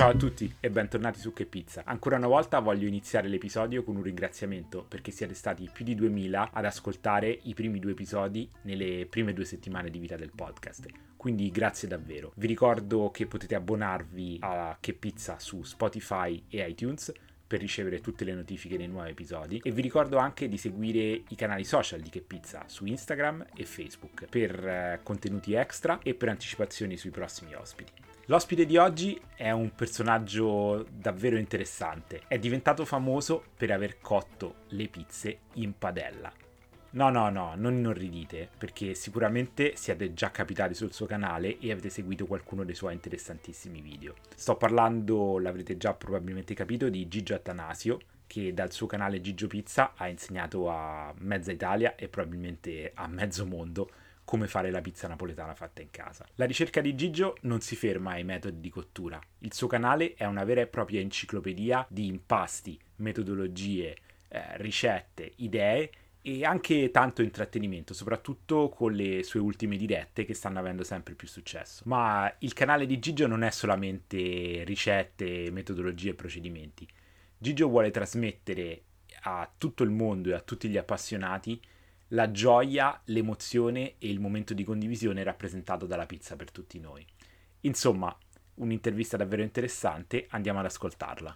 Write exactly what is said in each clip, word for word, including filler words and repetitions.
Ciao a tutti e bentornati su Che Pizza. Ancora una volta voglio iniziare l'episodio con un ringraziamento perché siete stati più di duemila ad ascoltare i primi due episodi nelle prime due settimane di vita del podcast. Quindi grazie davvero. Vi ricordo che potete abbonarvi a Che Pizza su Spotify e iTunes per ricevere tutte le notifiche dei nuovi episodi e vi ricordo anche di seguire i canali social di Che Pizza su Instagram e Facebook per eh, contenuti extra e per anticipazioni sui prossimi ospiti. L'ospite di oggi è un personaggio davvero interessante. È diventato famoso per aver cotto le pizze in padella. No, no, no, non inorridite, perché sicuramente siete già capitati sul suo canale e avete seguito qualcuno dei suoi interessantissimi video. Sto parlando, l'avrete già probabilmente capito, di Gigio Attanasio, che dal suo canale Gigio Pizza ha insegnato a mezza Italia e probabilmente a mezzo mondo come fare la pizza napoletana fatta in casa. La ricerca di Gigio non si ferma ai metodi di cottura. Il suo canale è una vera e propria enciclopedia di impasti, metodologie, eh, ricette, idee e anche tanto intrattenimento, soprattutto con le sue ultime dirette che stanno avendo sempre più successo. Ma il canale di Gigio non è solamente ricette, metodologie e procedimenti. Gigio vuole trasmettere a tutto il mondo e a tutti gli appassionati la gioia, l'emozione e il momento di condivisione rappresentato dalla pizza per tutti noi. Insomma, un'intervista davvero interessante, andiamo ad ascoltarla.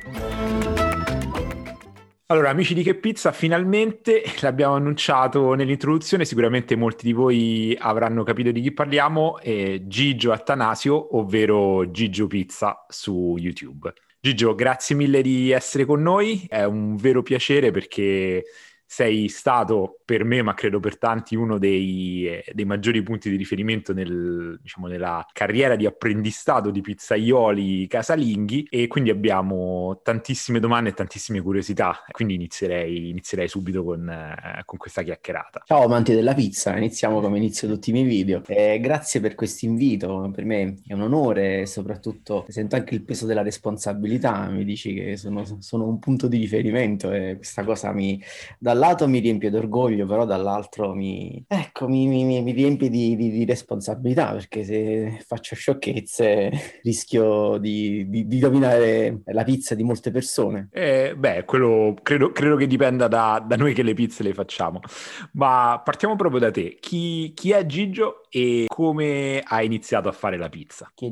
Allora, amici di Che Pizza, finalmente l'abbiamo annunciato nell'introduzione, sicuramente molti di voi avranno capito di chi parliamo, è Gigio Attanasio, ovvero Gigio Pizza su YouTube. Gigio, grazie mille di essere con noi, è un vero piacere perché sei stato per me, ma credo per tanti, uno dei, eh, dei maggiori punti di riferimento nel, diciamo, nella carriera di apprendistato di pizzaioli casalinghi e quindi abbiamo tantissime domande e tantissime curiosità, quindi inizierei, inizierei subito con, eh, con questa chiacchierata. Ciao amanti della pizza, iniziamo come inizio tutti i miei video. Eh, grazie per questo invito, per me è un onore e soprattutto sento anche il peso della responsabilità, mi dici che sono, sono un punto di riferimento e questa cosa mi... da un lato mi riempie d'orgoglio, però dall'altro mi, ecco, mi, mi, mi riempie di, di, di responsabilità, perché se faccio sciocchezze rischio di, di, di rovinare la pizza di molte persone. Eh, beh, quello credo, credo che dipenda da, da noi che le pizze le facciamo. Ma partiamo proprio da te. Chi, chi è Gigio e come hai iniziato a fare la pizza? Chi è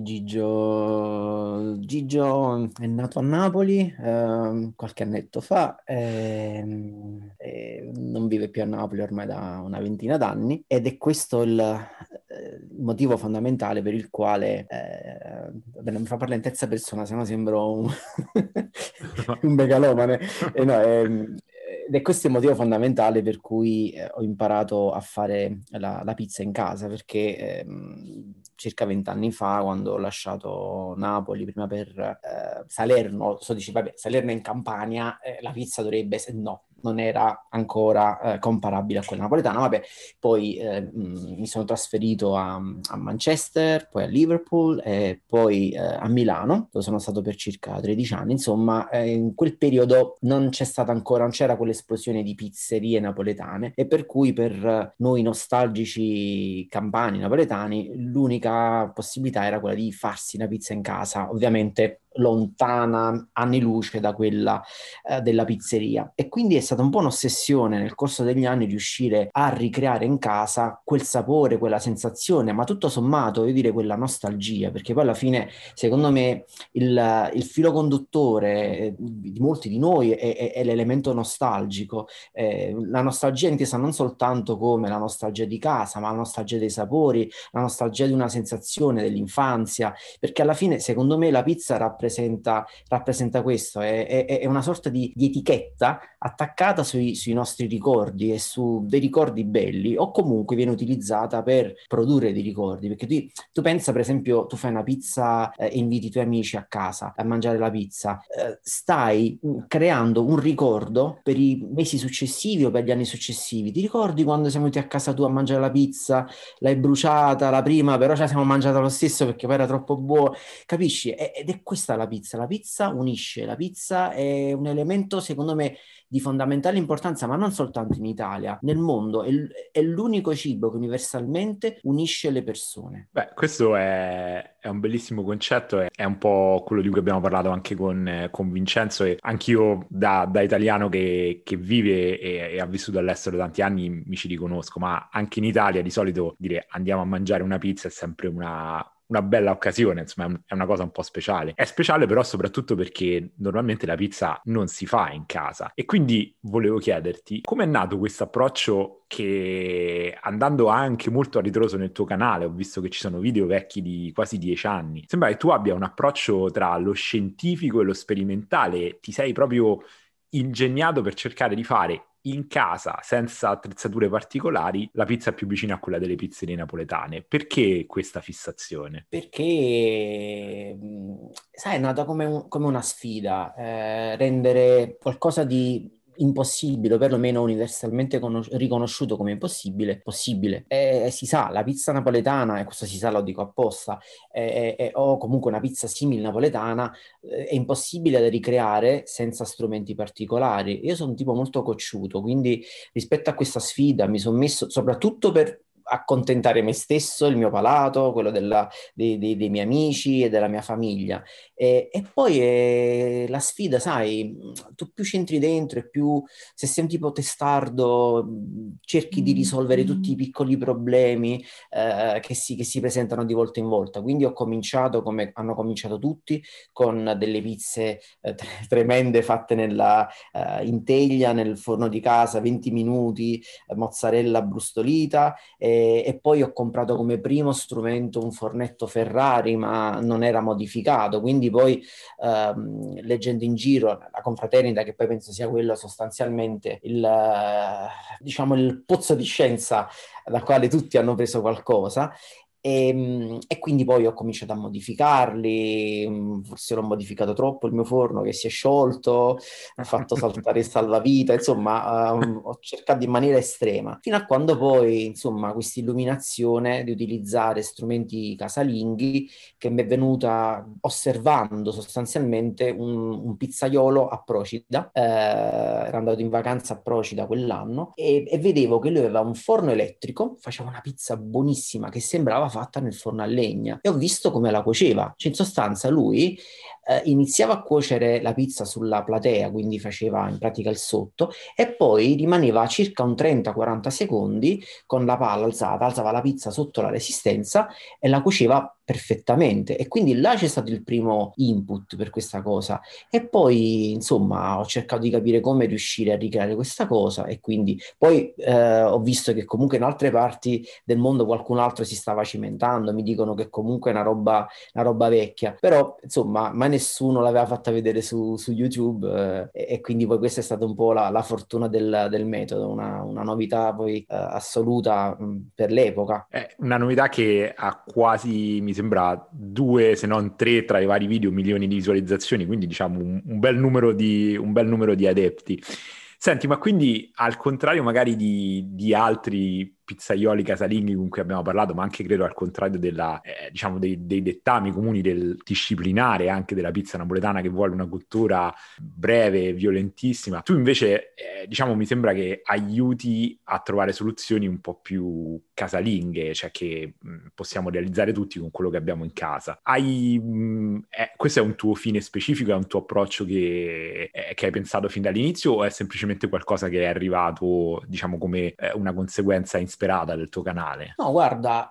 Gigio? Gigio è nato a Napoli ehm, qualche annetto fa, ehm, e non vive più a Napoli ormai da una ventina d'anni ed è questo il, eh, il motivo fondamentale per il quale, eh, vabbè, non mi fa parlare in terza persona, se no sembro un, un megalomane. Eh, no, ehm, ed è questo il motivo fondamentale per cui eh, ho imparato a fare la, la pizza in casa, perché ehm, circa vent'anni fa, quando ho lasciato Napoli, prima per eh, Salerno, so dici, vabbè, Salerno è in Campania, eh, la pizza dovrebbe essere... No, non era ancora eh, comparabile a quella napoletana. Vabbè, poi eh, mh, mi sono trasferito a, a Manchester, poi a Liverpool e poi eh, a Milano, dove sono stato per circa tredici anni. Insomma, eh, in quel periodo non c'è stata ancora, non c'era quell'esplosione di pizzerie napoletane e per cui per noi nostalgici campani napoletani l'unica possibilità era quella di farsi una pizza in casa, ovviamente lontana anni luce da quella eh, della pizzeria. E quindi è stata un po' un'ossessione nel corso degli anni riuscire a ricreare in casa quel sapore, quella sensazione, ma tutto sommato io direi quella nostalgia, perché poi alla fine secondo me il, il filo conduttore di molti di noi è, è, è l'elemento nostalgico, eh, la nostalgia intesa non soltanto come la nostalgia di casa, ma la nostalgia dei sapori, la nostalgia di una sensazione dell'infanzia, perché alla fine secondo me la pizza rappresenta Rappresenta, rappresenta questo, è, è, è una sorta di, di etichetta attaccata sui, sui nostri ricordi e su dei ricordi belli, o comunque viene utilizzata per produrre dei ricordi, perché tu, tu pensa per esempio, tu fai una pizza e eh, inviti i tuoi amici a casa a mangiare la pizza, eh, stai creando un ricordo per i mesi successivi o per gli anni successivi. Ti ricordi quando siamo venuti a casa tu a mangiare la pizza, l'hai bruciata la prima, però ce la siamo mangiata lo stesso perché poi era troppo buona, capisci? Ed è questa sta la pizza? La pizza unisce, la pizza è un elemento secondo me di fondamentale importanza, ma non soltanto in Italia, nel mondo, è, l- è l'unico cibo che universalmente unisce le persone. Beh, questo è, è un bellissimo concetto, è, è un po' quello di cui abbiamo parlato anche con, eh, con Vincenzo, e anch'io da, da italiano che, che vive e, e ha vissuto all'estero tanti anni mi ci riconosco, ma anche in Italia di solito dire andiamo a mangiare una pizza è sempre una una bella occasione, insomma, è un- è una cosa un po' speciale. È speciale però soprattutto perché normalmente la pizza non si fa in casa. E quindi volevo chiederti, come è nato questo approccio che, andando anche molto a ritroso nel tuo canale, ho visto che ci sono video vecchi di quasi dieci anni, sembra che tu abbia un approccio tra lo scientifico e lo sperimentale, ti sei proprio ingegnato per cercare di fare in casa, senza attrezzature particolari, la pizza più vicina a quella delle pizzerie napoletane. Perché questa fissazione? Perché, mh, sai, è nata come, un- come una sfida, eh, rendere qualcosa di impossibile, o perlomeno universalmente conos- riconosciuto come impossibile, possibile. E, si sa, la pizza napoletana, e questo si sa, lo dico apposta, è- è- o comunque una pizza simile napoletana, eh, è impossibile da ricreare senza strumenti particolari. Io sono un tipo molto cocciuto, quindi rispetto a questa sfida mi sono messo, soprattutto per accontentare me stesso, il mio palato, quello della- dei, dei- dei miei amici e della mia famiglia. E, e poi eh, la sfida, sai, tu più c'entri dentro e più, se sei un tipo testardo, mh, cerchi di risolvere tutti i piccoli problemi eh, che si, che si presentano di volta in volta. Quindi ho cominciato come hanno cominciato tutti, con delle pizze eh, tre- tremende fatte nella, eh, in teglia, nel forno di casa, venti minuti, eh, mozzarella brustolita, e, e poi ho comprato come primo strumento un fornetto Ferrari, ma non era modificato, quindi poi ehm, leggendo in giro la confraternita, che poi penso sia quello sostanzialmente il, eh, diciamo, il pozzo di scienza dal quale tutti hanno preso qualcosa. E, e quindi poi ho cominciato a modificarli, mm, forse l'ho modificato troppo il mio forno che si è sciolto, ho fatto saltare il salvavita, insomma, ehm, ho cercato in maniera estrema, fino a quando poi, insomma, questa illuminazione di utilizzare strumenti casalinghi che mi è venuta osservando sostanzialmente un, un pizzaiolo a Procida, eh, ero andato in vacanza a Procida quell'anno e, e vedevo che lui aveva un forno elettrico, faceva una pizza buonissima che sembrava fatta nel forno a legna e ho visto come la cuoceva. Cioè, in sostanza lui eh, iniziava a cuocere la pizza sulla platea, quindi faceva in pratica il sotto, e poi rimaneva circa un trenta quaranta secondi con la palla alzata, alzava la pizza sotto la resistenza e la cuoceva perfettamente. E quindi là c'è stato il primo input per questa cosa. E poi, insomma, ho cercato di capire come riuscire a ricreare questa cosa e quindi poi eh, ho visto che comunque in altre parti del mondo qualcun altro si stava cimentando, mi dicono che comunque è una roba, una roba vecchia, però insomma, mai nessuno l'aveva fatta vedere su, su YouTube eh, e, e quindi poi questa è stata un po' la, la fortuna del, del metodo, una, una novità poi eh, assoluta mh, per l'epoca. È una novità che ha quasi, mi sembra, due se non tre tra i vari video, milioni di visualizzazioni, quindi diciamo un, un bel numero di, un bel numero di adepti. Senti, ma quindi al contrario magari di, di altri pizzaioli casalinghi con cui abbiamo parlato, ma anche credo al contrario della, eh, diciamo dei, dei dettami comuni del disciplinare anche della pizza napoletana che vuole una cottura breve, violentissima, tu invece eh, diciamo mi sembra che aiuti a trovare soluzioni un po' più casalinghe, cioè che mh, possiamo realizzare tutti con quello che abbiamo in casa. Hai, mh, eh, questo è un tuo fine specifico, è un tuo approccio che, eh, che hai pensato fin dall'inizio o è semplicemente qualcosa che è arrivato, diciamo, come eh, una conseguenza insperata del tuo canale? No, guarda,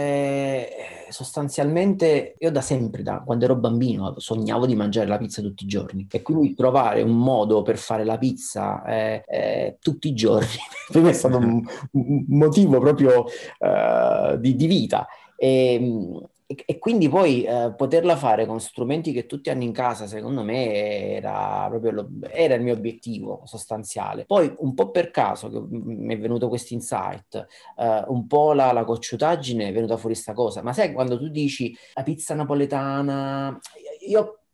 eh, sostanzialmente io da sempre, da quando ero bambino, sognavo di mangiare la pizza tutti i giorni e quindi trovare un modo per fare la pizza eh, eh, tutti i giorni per me è stato un, un motivo proprio eh, di, di vita. E, e- e quindi poi eh, poterla fare con strumenti che tutti hanno in casa, secondo me era proprio lo- era il mio obiettivo sostanziale. Poi un po' per caso che mi è venuto questo insight, eh, un po' la, la cocciutaggine è venuta fuori sta cosa. Ma sai, quando tu dici la pizza napoletana, io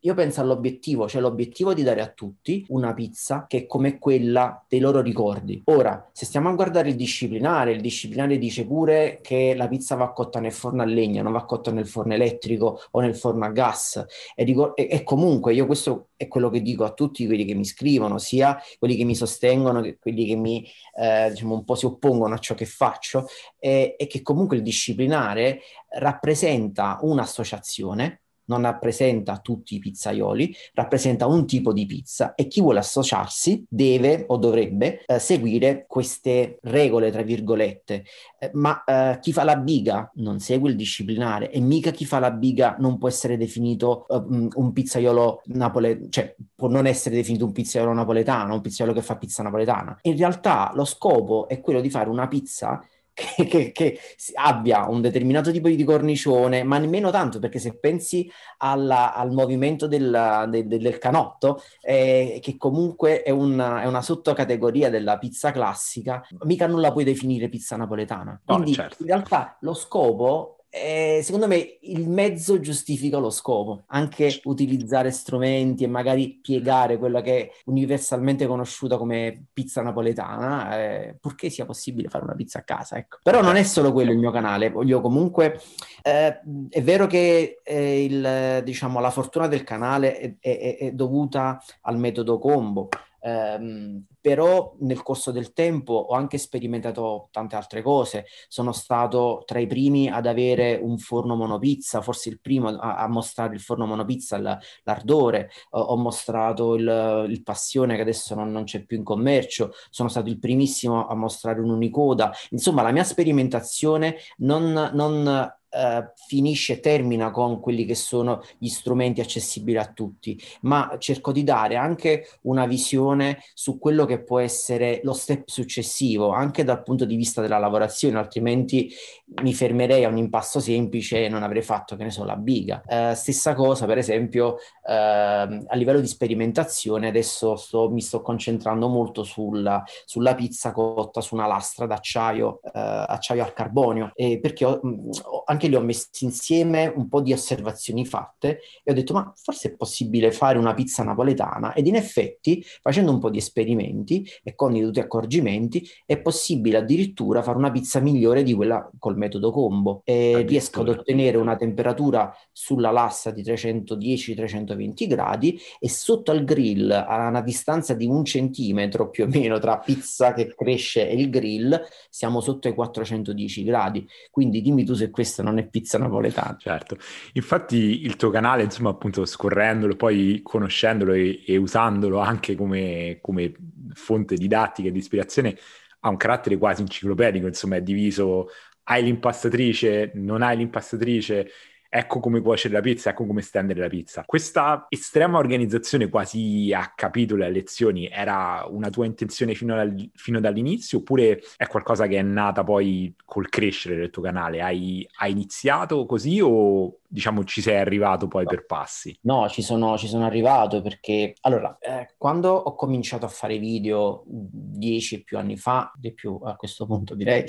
io penso all'obiettivo, cioè l'obiettivo di dare a tutti una pizza che è come quella dei loro ricordi. Ora, se stiamo a guardare il disciplinare, il disciplinare dice pure che la pizza va cotta nel forno a legna, non va cotta nel forno elettrico o nel forno a gas. E, ricor- e, e comunque io questo è quello che dico a tutti quelli che mi scrivono, sia quelli che mi sostengono che quelli che mi, eh, diciamo, un po' si oppongono a ciò che faccio, e, e che comunque il disciplinare rappresenta un'associazione, non rappresenta tutti i pizzaioli, rappresenta un tipo di pizza e chi vuole associarsi deve o dovrebbe eh, seguire queste regole, tra virgolette. Eh, ma eh, chi fa la biga non segue il disciplinare e mica chi fa la biga non può essere definito eh, un pizzaiolo napoletano, cioè può non essere definito un pizzaiolo napoletano, un pizzaiolo che fa pizza napoletana. In realtà lo scopo è quello di fare una pizza Che, che, che abbia un determinato tipo di cornicione, ma nemmeno tanto, perché se pensi alla, al movimento del, del, del canotto, eh, che comunque è una, è una sottocategoria della pizza classica, mica non la puoi definire pizza napoletana. No, Quindi certo. in realtà lo scopo eh, secondo me il mezzo giustifica lo scopo, anche utilizzare strumenti e magari piegare quella che è universalmente conosciuta come pizza napoletana, eh, purché sia possibile fare una pizza a casa, ecco. Però non è Certo. solo quello il mio canale, voglio comunque, eh, è vero che eh, il, diciamo, la fortuna del canale è, è- è dovuta al metodo combo. Ehm, però nel corso del tempo ho anche sperimentato tante altre cose. Sono stato tra i primi ad avere un forno monopizza, forse il primo a, a mostrare il forno monopizza, l- l'ardore. Ho, ho mostrato il, il Passione che adesso non, non c'è più in commercio. Sono stato il primissimo a mostrare un Unicoda. Insomma, la mia sperimentazione non, non eh, finisce, termina con quelli che sono gli strumenti accessibili a tutti, ma cerco di dare anche una visione su quello che può essere lo step successivo, anche dal punto di vista della lavorazione, altrimenti mi fermerei a un impasto semplice e non avrei fatto, che ne so, la biga. Eh, stessa cosa, per esempio, eh, a livello di sperimentazione, adesso sto, mi sto concentrando molto sulla, sulla pizza cotta su una lastra d'acciaio, eh, acciaio al carbonio, e perché ho, mh, ho- anche lì ho messo insieme un po' di osservazioni fatte e ho detto, ma forse è possibile fare una pizza napoletana, ed in effetti, facendo un po' di esperimenti e con i dovuti accorgimenti, è possibile addirittura fare una pizza migliore di quella col metodo combo, e riesco ad Addirittura. ottenere una temperatura sulla lassa di trecentodieci trecentoventi gradi e sotto al grill, a una distanza di un centimetro più o meno tra pizza che cresce e il grill, siamo sotto ai quattrocentodieci gradi. Quindi dimmi tu se questa non è pizza napoletana. Certo, infatti il tuo canale, insomma, appunto scorrendolo, poi conoscendolo e, e usandolo anche come, come fonte didattica e di ispirazione, ha un carattere quasi enciclopedico, insomma, è diviso, hai l'impastatrice, non hai l'impastatrice, ecco come cuocere la pizza, ecco come stendere la pizza. Questa estrema organizzazione quasi a capitoli, a lezioni, era una tua intenzione fino, al- fino dall'inizio, oppure è qualcosa che è nata poi col crescere del tuo canale? Hai, hai iniziato così o diciamo ci sei arrivato poi per passi? No, ci sono, ci sono arrivato perché, allora, eh, quando ho cominciato a fare video dieci e più anni fa, di più a questo punto direi,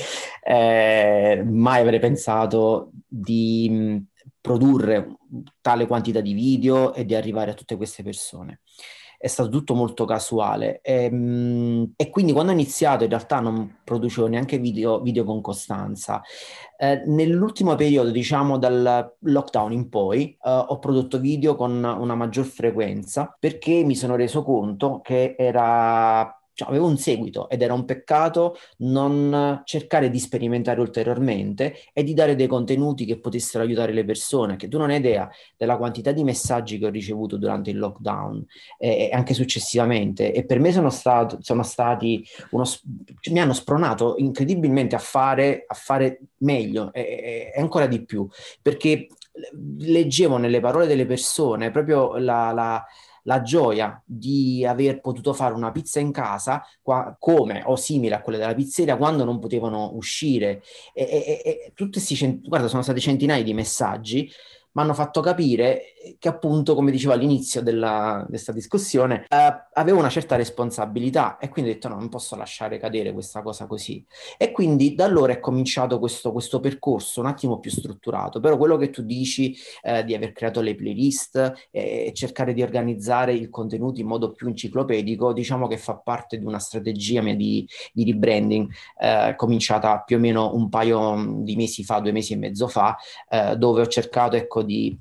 eh, mai avrei pensato di mh, produrre tale quantità di video e di arrivare a tutte queste persone. È stato tutto molto casuale e, mh, e quindi quando ho iniziato in realtà non producevo neanche video, video con costanza. Eh, nell'ultimo periodo, diciamo dal lockdown in poi, eh, ho prodotto video con una maggior frequenza perché mi sono reso conto che era, cioè, avevo un seguito ed era un peccato non cercare di sperimentare ulteriormente e di dare dei contenuti che potessero aiutare le persone, che tu non hai idea della quantità di messaggi che ho ricevuto durante il lockdown e, e anche successivamente, e per me sono, stato, sono stati uno, mi hanno spronato incredibilmente a fare, a fare meglio e, e ancora di più, perché leggevo nelle parole delle persone proprio la, la, la gioia di aver potuto fare una pizza in casa qua, come o simile a quelle della pizzeria quando non potevano uscire. E, e, e tutti questi, guarda, sono stati centinaia di messaggi, mi hanno fatto capire che appunto, come dicevo all'inizio della, di questa discussione, eh, avevo una certa responsabilità e quindi ho detto no, non posso lasciare cadere questa cosa così. E quindi da allora è cominciato questo, questo percorso un attimo più strutturato, però quello che tu dici eh, di aver creato le playlist e cercare di organizzare il contenuto in modo più enciclopedico, diciamo che fa parte di una strategia mia di, di rebranding, eh, cominciata più o meno un paio di mesi fa, due mesi e mezzo fa, eh, dove ho cercato ecco di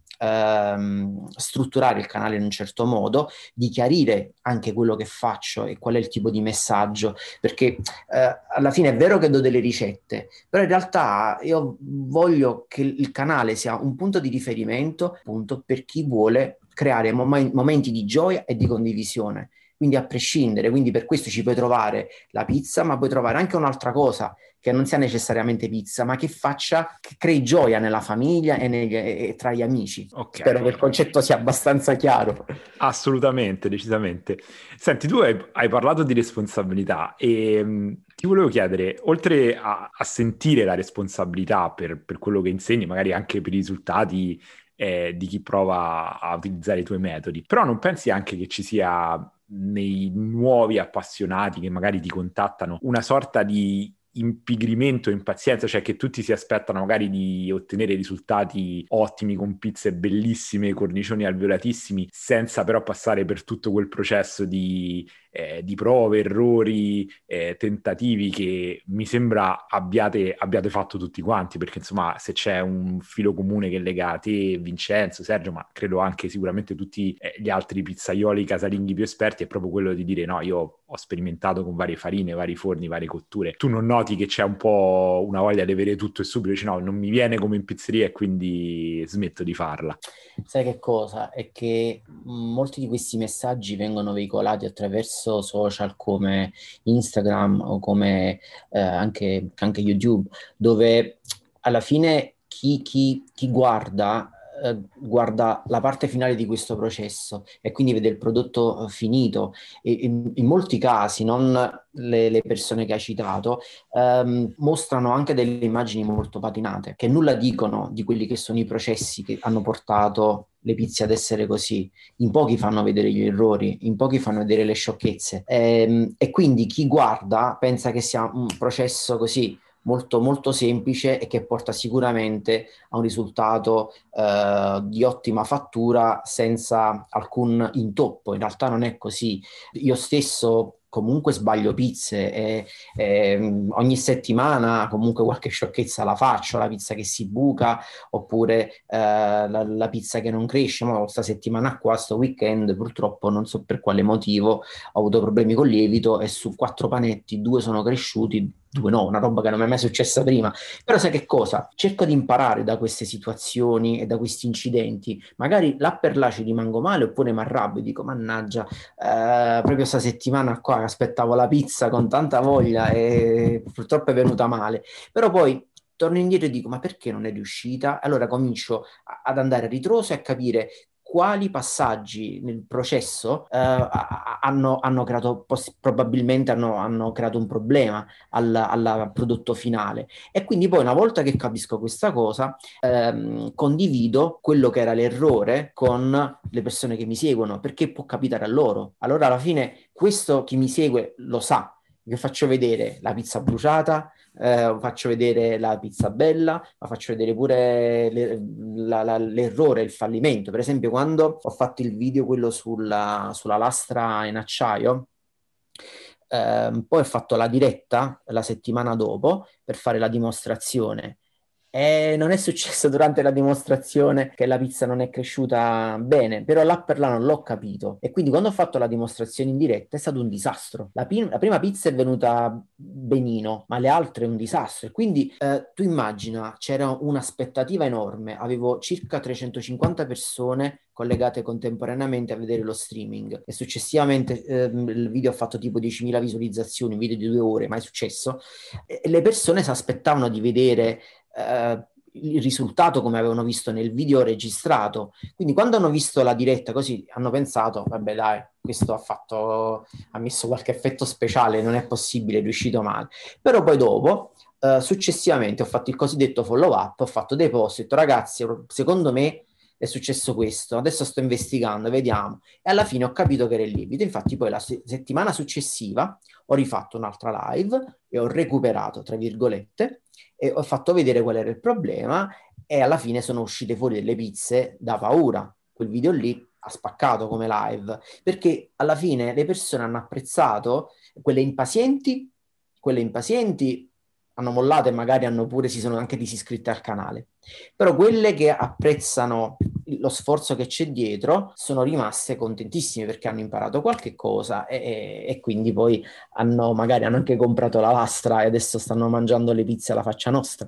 ehm, strutturare il canale in un certo modo, di chiarire anche quello che faccio e qual è il tipo di messaggio, perché eh, alla fine è vero che do delle ricette, però in realtà io voglio che il canale sia un punto di riferimento appunto per chi vuole creare mom- momenti di gioia e di condivisione. Quindi a prescindere, quindi per questo ci puoi trovare la pizza, ma puoi trovare anche un'altra cosa che non sia necessariamente pizza, ma che faccia, che crei gioia nella famiglia e, negli, e tra gli amici. Ok. Spero che il concetto sia abbastanza chiaro. Assolutamente, decisamente. Senti, tu hai, hai parlato di responsabilità e mh, ti volevo chiedere, oltre a, a sentire la responsabilità per, per quello che insegni, magari anche per i risultati eh, di chi prova a utilizzare i tuoi metodi, però non pensi anche che ci sia nei nuovi appassionati che magari ti contattano una sorta di impigrimento, impazienza, cioè che tutti si aspettano magari di ottenere risultati ottimi con pizze bellissime, cornicioni alveolatissimi, senza però passare per tutto quel processo di, eh, di prove, errori, eh, tentativi che mi sembra abbiate, abbiate fatto tutti quanti, perché insomma se c'è un filo comune che lega te, Vincenzo, Sergio, ma credo anche sicuramente tutti eh, gli altri pizzaioli casalinghi più esperti, è proprio quello di dire no, io ho sperimentato con varie farine, vari forni, varie cotture. Tu non noti che c'è un po' una voglia di avere tutto e subito, dici no, non mi viene come in pizzeria e quindi smetto di farla. Sai che cosa? È che molti di questi messaggi vengono veicolati attraverso social come Instagram o come eh, anche, anche YouTube, dove alla fine chi, chi, chi guarda eh, guarda la parte finale di questo processo e quindi vede il prodotto eh, finito. E, in, in molti casi, non le, le persone che hai citato, ehm, mostrano anche delle immagini molto patinate, che nulla dicono di quelli che sono i processi che hanno portato le pizze ad essere così. In pochi fanno vedere gli errori, in pochi fanno vedere le sciocchezze. Ehm, e quindi chi guarda pensa che sia un processo così molto molto semplice e che porta sicuramente a un risultato eh, di ottima fattura senza alcun intoppo. In realtà non è così. Io stesso comunque sbaglio pizze e, e ogni settimana comunque qualche sciocchezza la faccio, la pizza che si buca oppure eh, la, la pizza che non cresce. Ma questa settimana qua, sto weekend, purtroppo non so per quale motivo ho avuto problemi col lievito e su quattro panetti due sono cresciuti, due no, una roba che non mi è mai successa prima. Però sai che cosa? Cerco di imparare da queste situazioni e da questi incidenti. Magari là per là ci rimango male oppure mi arrabbio e dico mannaggia, eh, proprio sta settimana qua aspettavo la pizza con tanta voglia e purtroppo è venuta male. Però poi torno indietro e dico ma perché non è riuscita? Allora comincio a- ad andare a ritroso e a capire quali passaggi nel processo eh, hanno, hanno creato, poss- probabilmente hanno, hanno creato un problema al, al prodotto finale. E quindi poi una volta che capisco questa cosa, ehm, condivido quello che era l'errore con le persone che mi seguono, perché può capitare a loro. Allora alla fine questo chi mi segue lo sa. Io faccio vedere la pizza bruciata, eh, faccio vedere la pizza bella, ma faccio vedere pure le, la, la, l'errore, il fallimento. Per esempio, quando ho fatto il video quello sulla, sulla lastra in acciaio, eh, poi ho fatto la diretta la settimana dopo per fare la dimostrazione. E non è successo durante la dimostrazione che la pizza non è cresciuta bene, però là per là non l'ho capito. E quindi quando ho fatto la dimostrazione in diretta è stato un disastro. La, pi- la prima pizza è venuta benino, ma le altre è un disastro. E quindi eh, tu immagina, c'era un'aspettativa enorme. Avevo circa trecentocinquanta persone collegate contemporaneamente a vedere lo streaming e successivamente ehm, il video ha fatto tipo diecimila visualizzazioni, un video di due ore, mai successo. E le persone si aspettavano di vedere eh, il risultato come avevano visto nel video registrato. Quindi quando hanno visto la diretta così hanno pensato, vabbè dai, questo ha fatto, ha messo qualche effetto speciale, non è possibile, è riuscito male. Però poi dopo, eh, successivamente ho fatto il cosiddetto follow up, ho fatto dei post, ho detto ragazzi, secondo me è successo questo, adesso sto investigando, vediamo. E alla fine ho capito che era il lievito. Infatti poi la se- settimana successiva ho rifatto un'altra live e ho recuperato, tra virgolette, e ho fatto vedere qual era il problema e alla fine sono uscite fuori delle pizze da paura. Quel video lì ha spaccato come live, perché alla fine le persone hanno apprezzato quelle impazienti, quelle impazienti hanno mollato e magari hanno pure si sono anche disiscritte al canale. Però quelle che apprezzano lo sforzo che c'è dietro sono rimaste contentissime perché hanno imparato qualche cosa e, e, e quindi poi hanno magari hanno anche comprato la lastra e adesso stanno mangiando le pizze alla faccia nostra.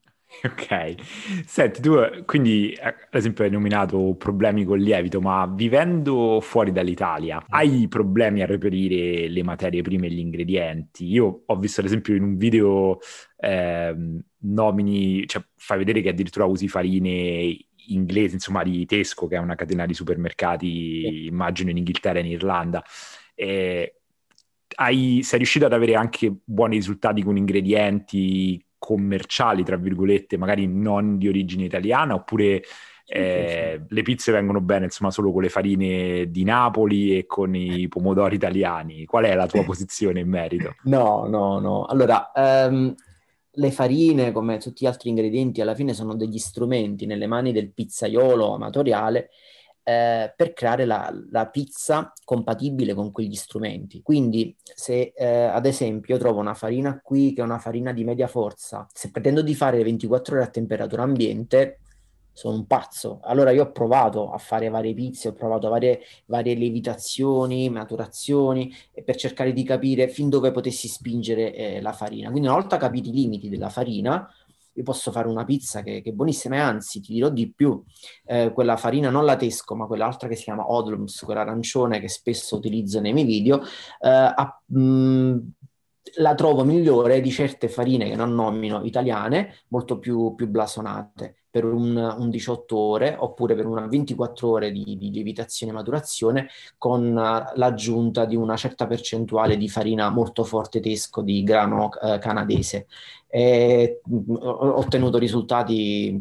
Ok, senti, tu eh, quindi eh, ad esempio hai nominato problemi col lievito, ma vivendo fuori dall'Italia, hai problemi a reperire le materie prime e gli ingredienti? Io ho visto ad esempio in un video ehm, nomini, cioè fai vedere che addirittura usi farine inglesi, insomma di Tesco, che è una catena di supermercati, immagino in Inghilterra e in Irlanda. E hai, sei riuscito ad avere anche buoni risultati con ingredienti commerciali, tra virgolette, magari non di origine italiana, oppure Sì, sì, sì. eh, le pizze vengono bene, insomma, solo con le farine di Napoli e con i pomodori italiani? Qual è la tua posizione in merito? No, no, no. Allora, ehm, le farine, come tutti gli altri ingredienti, alla fine sono degli strumenti nelle mani del pizzaiolo amatoriale eh, per creare la, la pizza compatibile con quegli strumenti. Quindi, se eh, ad esempio io trovo una farina qui che è una farina di media forza, se pretendo di fare ventiquattro ore a temperatura ambiente, sono un pazzo. Allora io ho provato a fare varie pizze, ho provato varie, varie lievitazioni, maturazioni, e per cercare di capire fin dove potessi spingere eh, la farina. Quindi una volta capiti i limiti della farina, io posso fare una pizza che, che è buonissima e anzi ti dirò di più, eh, quella farina non la Tesco ma quell'altra che si chiama Odlums, quella arancione che spesso utilizzo nei miei video, eh, ha, mh, la trovo migliore di certe farine che non nomino italiane, molto più, più blasonate per un, un diciotto ore oppure per una ventiquattro ore di, di lievitazione e maturazione con uh, l'aggiunta di una certa percentuale di farina molto forte tesco di grano uh, canadese. E, mh, ho ottenuto risultati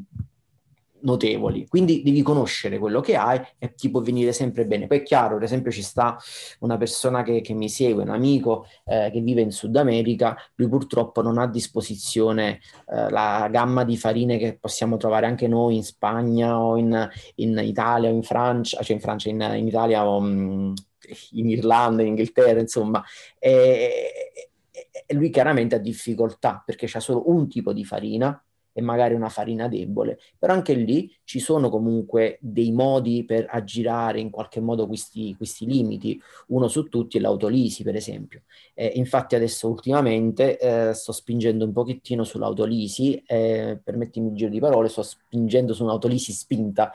notevoli, quindi devi conoscere quello che hai e ti può venire sempre bene. Poi è chiaro, per esempio ci sta una persona che, che mi segue, un amico eh, che vive in Sud America, lui purtroppo non ha a disposizione eh, la gamma di farine che possiamo trovare anche noi in Spagna o in, in Italia o in Francia, cioè in Francia, in, in Italia o mm, in Irlanda, in Inghilterra, insomma. E, e lui chiaramente ha difficoltà perché c'è solo un tipo di farina e magari una farina debole, però anche lì ci sono comunque dei modi per aggirare in qualche modo questi, questi limiti. Uno su tutti è l'autolisi, per esempio. Eh, infatti adesso ultimamente eh, sto spingendo un pochettino sull'autolisi, eh, permettimi il giro di parole, sto spingendo su un'autolisi spinta,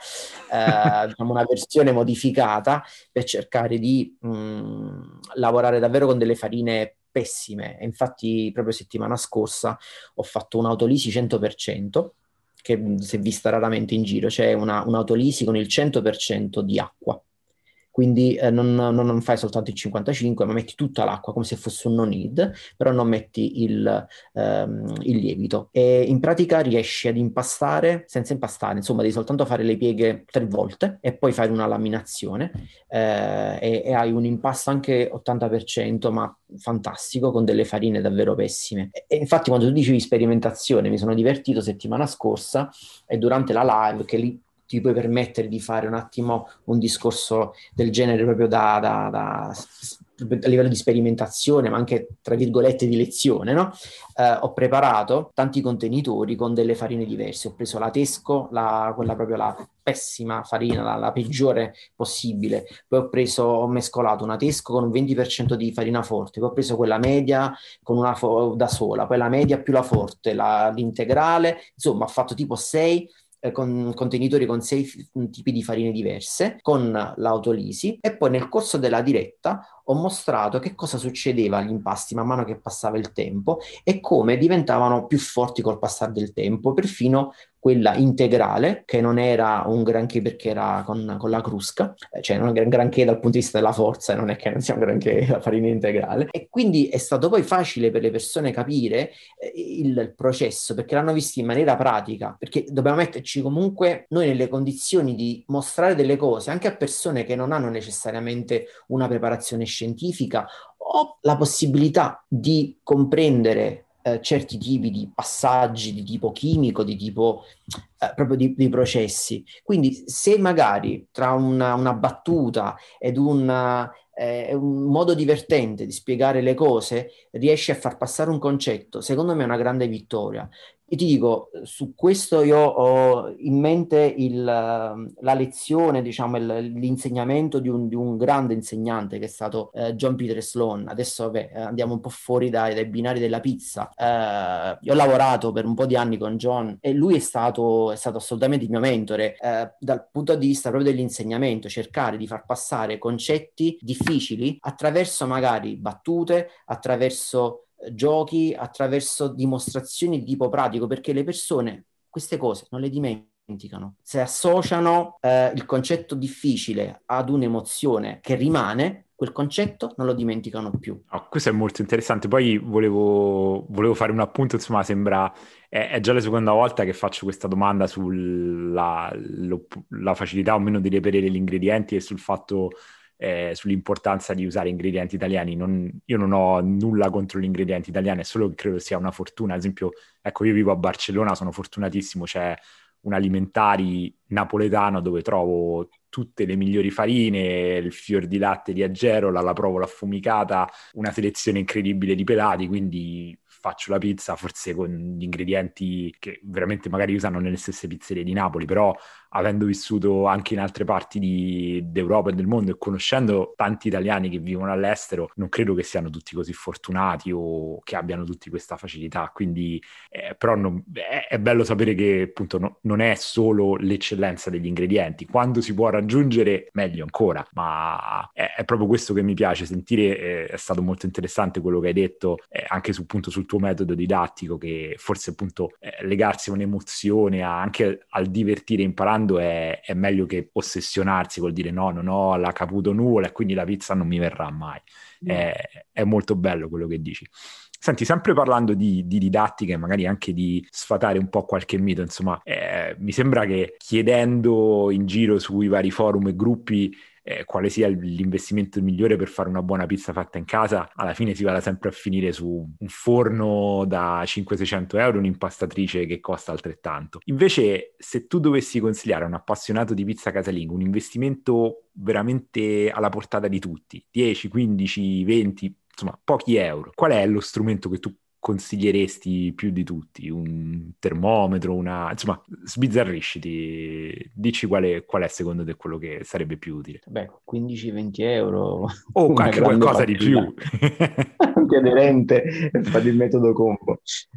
eh, diciamo una versione modificata per cercare di mh, lavorare davvero con delle farine pessime. E infatti proprio settimana scorsa ho fatto un'autolisi cento per cento, che si è vista raramente in giro, c'è una, un'autolisi con il cento per cento di acqua. Quindi eh, non, non, non fai soltanto il cinquantacinque, ma metti tutta l'acqua come se fosse un no-need, però non metti il, ehm, il lievito. E in pratica riesci ad impastare senza impastare, insomma, devi soltanto fare le pieghe tre volte e poi fare una laminazione eh, e, e hai un impasto anche ottanta per cento, ma fantastico, con delle farine davvero pessime. E, e infatti quando tu dicevi sperimentazione, mi sono divertito settimana scorsa e durante la live che lì ti puoi permettere di fare un attimo un discorso del genere proprio da, da, da a livello di sperimentazione, ma anche tra virgolette di lezione, no? Eh, ho preparato tanti contenitori con delle farine diverse. Ho preso la Tesco, la, quella proprio la pessima farina, la, la peggiore possibile. Poi ho preso, ho mescolato una Tesco con un venti per cento di farina forte, poi ho preso quella media con una fo- da sola, poi la media più la forte, la, l'integrale, insomma, ho fatto tipo sei con contenitori con sei f- tipi di farine diverse, con l'autolisi e poi nel corso della diretta ho mostrato che cosa succedeva agli impasti man mano che passava il tempo e come diventavano più forti col passare del tempo, perfino quella integrale, che non era un granché perché era con, con la crusca, eh, cioè non è un granché dal punto di vista della forza, non è che non sia un granché la farina integrale. E quindi è stato poi facile per le persone capire eh, il, il processo, perché l'hanno visto in maniera pratica, perché dobbiamo metterci comunque noi nelle condizioni di mostrare delle cose anche a persone che non hanno necessariamente una preparazione scientifica o la possibilità di comprendere eh, certi tipi di passaggi di tipo chimico, di tipo eh, proprio di, di processi. Quindi se magari tra una, una battuta ed un, eh, un modo divertente di spiegare le cose riesci a far passare un concetto, secondo me è una grande vittoria. Io ti dico, su questo io ho in mente il, la lezione, diciamo, il, l'insegnamento di un, di un grande insegnante che è stato eh, John Peter Sloan. Adesso vabbè, andiamo un po' fuori dai, dai binari della pizza. Eh, io ho lavorato per un po' di anni con John e lui è stato, è stato assolutamente il mio mentore eh, dal punto di vista proprio dell'insegnamento, cercare di far passare concetti difficili attraverso magari battute, attraverso giochi, attraverso dimostrazioni di tipo pratico, perché le persone queste cose non le dimenticano. Se associano eh, il concetto difficile ad un'emozione che rimane, quel concetto non lo dimenticano più. No, questo è molto interessante. Poi volevo, volevo fare un appunto, insomma, sembra è, è già la seconda volta che faccio questa domanda sulla lo- la facilità o meno di reperire gli ingredienti e sul fatto, eh, sull'importanza di usare ingredienti italiani. Non- io non ho nulla contro gli ingredienti italiani, è solo che credo sia una fortuna. Ad esempio, ecco, io vivo a Barcellona, sono fortunatissimo, c'è un alimentari napoletano dove trovo tutte le migliori farine, il fior di latte di Agerola, la provola affumicata, una selezione incredibile di pelati, quindi faccio la pizza forse con gli ingredienti che veramente magari usano nelle stesse pizzerie di Napoli, però avendo vissuto anche in altre parti di, d'Europa e del mondo e conoscendo tanti italiani che vivono all'estero, non credo che siano tutti così fortunati o che abbiano tutti questa facilità, quindi eh, però non, è, è bello sapere che appunto no, non è solo l'eccellenza degli ingredienti, quando si può raggiungere meglio ancora, ma è, è proprio questo che mi piace sentire, eh, è stato molto interessante quello che hai detto, eh, anche su, appunto, sul tuo metodo didattico, che forse appunto eh, legarsi a un'emozione, a, anche al divertire imparando è, è meglio che ossessionarsi col dire no, non ho la caputo nuvola e quindi la pizza non mi verrà mai. No. È, è molto bello quello che dici. Senti, sempre parlando di, di didattica e magari anche di sfatare un po' qualche mito, insomma, eh, mi sembra che chiedendo in giro sui vari forum e gruppi eh, quale sia l'investimento migliore per fare una buona pizza fatta in casa, alla fine si vada sempre a finire su un forno da cinquecento-seicento euro, un'impastatrice che costa altrettanto. Invece, se tu dovessi consigliare a un appassionato di pizza casalinga un investimento veramente alla portata di tutti, dieci, quindici, venti, insomma, pochi euro, qual è lo strumento che tu consiglieresti più di tutti? Un termometro, una... insomma, sbizzarrisciti, dici qual è, qual è secondo te quello che sarebbe più utile. Beh, quindici-venti euro, O una anche grande qualcosa di padella più. anche aderente e fate il metodo combo.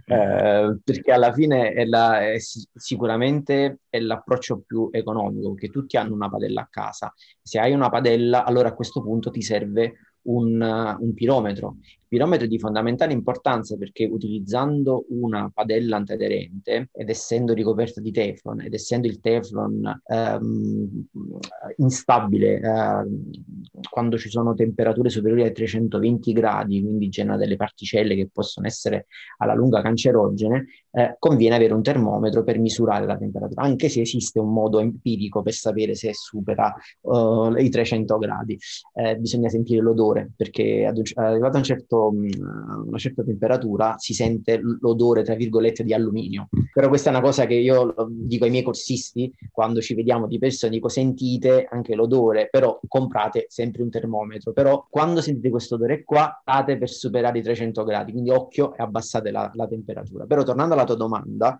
Eh, perché alla fine è la- è si- sicuramente è l'approccio più economico, che tutti hanno una padella a casa. Se hai una padella, allora a questo punto ti serve un, uh, un pirometro. Il pirometro è di fondamentale importanza perché utilizzando una padella antiaderente ed essendo ricoperta di Teflon ed essendo il Teflon ehm, instabile ehm, quando ci sono temperature superiori ai trecentoventi gradi, quindi genera delle particelle che possono essere alla lunga cancerogene, eh, conviene avere un termometro per misurare la temperatura, anche se esiste un modo empirico per sapere se supera uh, i trecento gradi. Eh, bisogna sentire l'odore, perché ad un, arrivato a un certo, mh, una certa temperatura si sente l'odore, tra virgolette, di alluminio. Però questa è una cosa che io dico ai miei corsisti, quando ci vediamo di persona, dico sentite anche l'odore, però comprate sempre un termometro. Però quando sentite questo odore qua, state per superare i trecento gradi, quindi occhio e abbassate la, la temperatura. Però tornando alla tua domanda,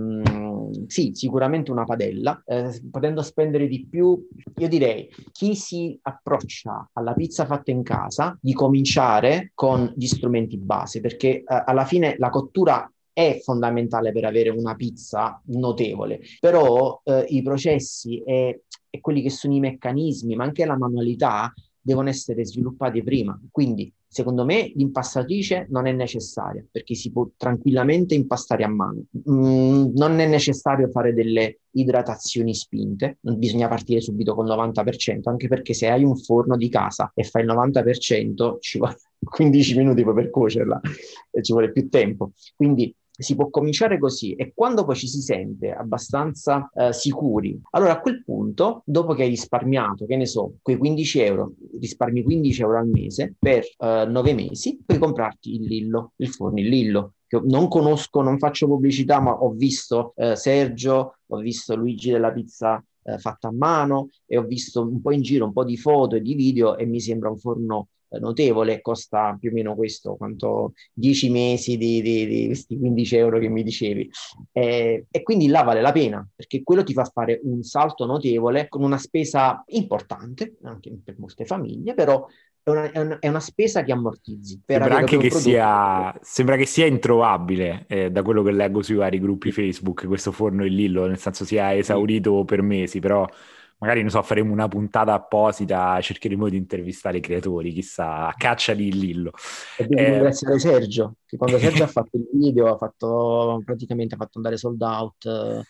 ehm, sì, sicuramente una padella, eh, potendo spendere di più, io direi chi si approccia alla pizza fatta in casa di cominciare con gli strumenti base, perché eh, alla fine la cottura è fondamentale per avere una pizza notevole, però eh, i processi e, e quelli che sono i meccanismi, ma anche la manualità devono essere sviluppati prima. Quindi, secondo me, l'impastatrice non è necessaria, perché si può tranquillamente impastare a mano. Mm, non è necessario fare delle idratazioni spinte, non bisogna partire subito col novanta per cento, anche perché se hai un forno di casa e fai il novanta per cento ci vuole quindici minuti poi per cuocerla e ci vuole più tempo. Quindi si può cominciare così, e quando poi ci si sente abbastanza eh, sicuri, allora a quel punto, dopo che hai risparmiato, che ne so, quei quindici euro, risparmi quindici euro al mese per eh, nove mesi, puoi comprarti il Lillo, il forno il Lillo. Che non conosco, non faccio pubblicità, ma ho visto eh, Sergio, ho visto Luigi della pizza eh, fatta a mano, e ho visto un po' in giro un po' di foto e di video, e mi sembra un forno eh, notevole, costa più o meno questo, quanto dieci mesi di, di, di questi quindici euro che mi dicevi. Eh, e quindi là vale la pena, perché quello ti fa fare un salto notevole con una spesa importante, anche per molte famiglie, però è una, è una, è una spesa che ammortizzi per Sembra avere anche poi un che prodotto. sia, sembra che sia introvabile, eh, da quello che leggo sui vari gruppi Facebook, questo forno il Lillo, nel senso sia Sì. esaurito per mesi, però magari, non so, faremo una puntata apposita, cercheremo di intervistare i creatori, chissà, a caccia di Lillo. E devi Eh, ringraziare Sergio, che quando Sergio ha fatto il video, ha fatto praticamente ha fatto andare sold out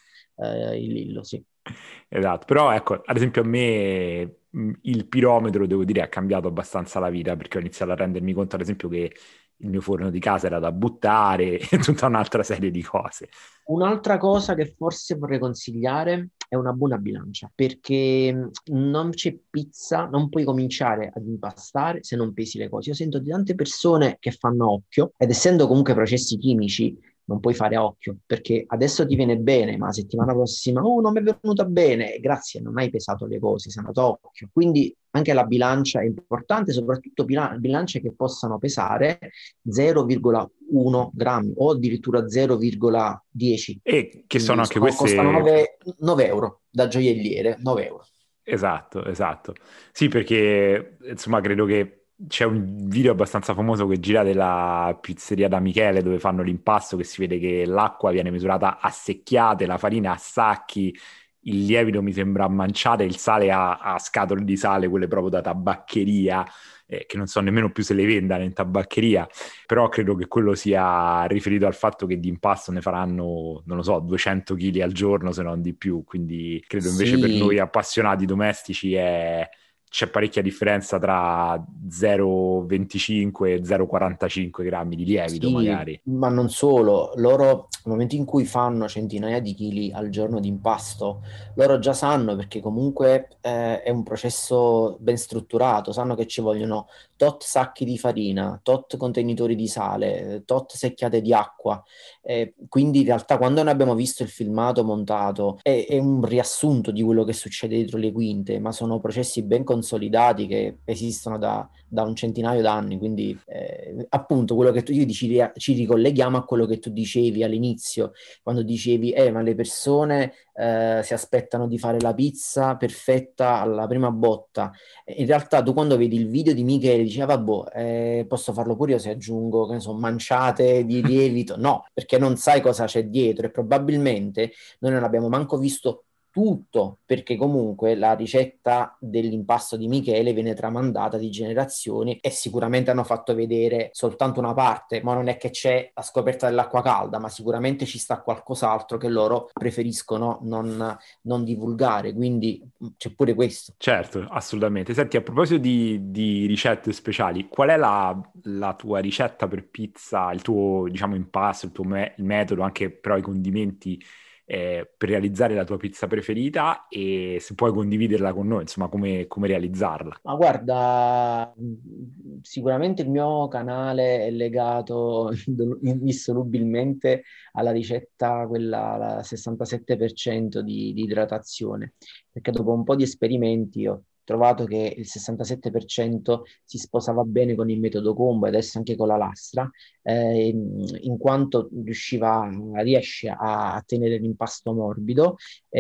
eh, il Lillo, sì. Esatto, però ecco, ad esempio a me mh, il pirometro, devo dire, ha cambiato abbastanza la vita, perché ho iniziato a rendermi conto, ad esempio, che il mio forno di casa era da buttare e tutta un'altra serie di cose. Un'altra cosa che forse vorrei consigliare è una buona bilancia, perché mh, non c'è pizza, non puoi cominciare ad impastare se non pesi le cose. Io sento di tante persone che fanno a occhio, ed essendo comunque processi chimici, non puoi fare a occhio, perché adesso ti viene bene, ma la settimana prossima, oh, non mi è venuta bene, grazie, non hai pesato le cose, sei andato a occhio. Quindi anche la bilancia è importante, soprattutto bila- bilance che possano pesare zero virgola uno grammi o addirittura zero virgola dieci. E che sono Quindi anche sono- costano queste. nove, nove euro da gioielliere, nove euro. Esatto, esatto. Sì, perché insomma credo che c'è un video abbastanza famoso che gira della pizzeria da Michele dove fanno l'impasto, che si vede che l'acqua viene misurata a secchiate, la farina a sacchi, il lievito mi sembra a manciate, il sale a, a scatole di sale, quelle proprio da tabaccheria, eh, che non so nemmeno più se le vendano in tabaccheria, però credo che quello sia riferito al fatto che di impasto ne faranno, non lo so, duecento chili al giorno, se non di più, quindi credo invece per noi Sì, appassionati domestici è- c'è parecchia differenza tra zero virgola venticinque e zero virgola quarantacinque grammi di lievito sì, magari. ma non solo, loro nel momento in cui fanno centinaia di chili al giorno di impasto, loro già sanno, perché comunque eh, è un processo ben strutturato, sanno che ci vogliono tot sacchi di farina, tot contenitori di sale, eh, tot secchiate di acqua. Eh, quindi in realtà quando noi abbiamo visto il filmato montato è, è un riassunto di quello che succede dietro le quinte, ma sono processi ben consolidati che esistono da da un centinaio d'anni, quindi eh, appunto quello che tu io ci, ri- ci ricolleghiamo a quello che tu dicevi all'inizio, quando dicevi, eh, ma le persone eh, si aspettano di fare la pizza perfetta alla prima botta. In realtà tu quando vedi il video di Michele dici, ah, vabbè, eh, posso farlo pure io se aggiungo, che ne so, manciate di lievito. No, perché non sai cosa c'è dietro, e probabilmente noi non abbiamo manco visto tutto, perché comunque la ricetta dell'impasto di Michele viene tramandata di generazioni, e sicuramente hanno fatto vedere soltanto una parte, ma non è che c'è la scoperta dell'acqua calda, ma sicuramente ci sta qualcos'altro che loro preferiscono non, non divulgare, quindi c'è pure questo. Certo, assolutamente. Senti, a proposito di, di ricette speciali, qual è la, la tua ricetta per pizza, il tuo, diciamo, impasto, il tuo me- il metodo, anche però i condimenti eh, per realizzare la tua pizza preferita, e se puoi condividerla con noi, insomma, come, come realizzarla? Ma guarda, mh, sicuramente il mio canale è legato indissolubilmente alla ricetta, quella al sessantasette per cento di, di idratazione, perché dopo un po' di esperimenti ho trovato che il sessantasette per cento si sposava bene con il metodo combo, e adesso anche con la lastra, eh, in, in quanto riusciva, riesce a, a tenere l'impasto morbido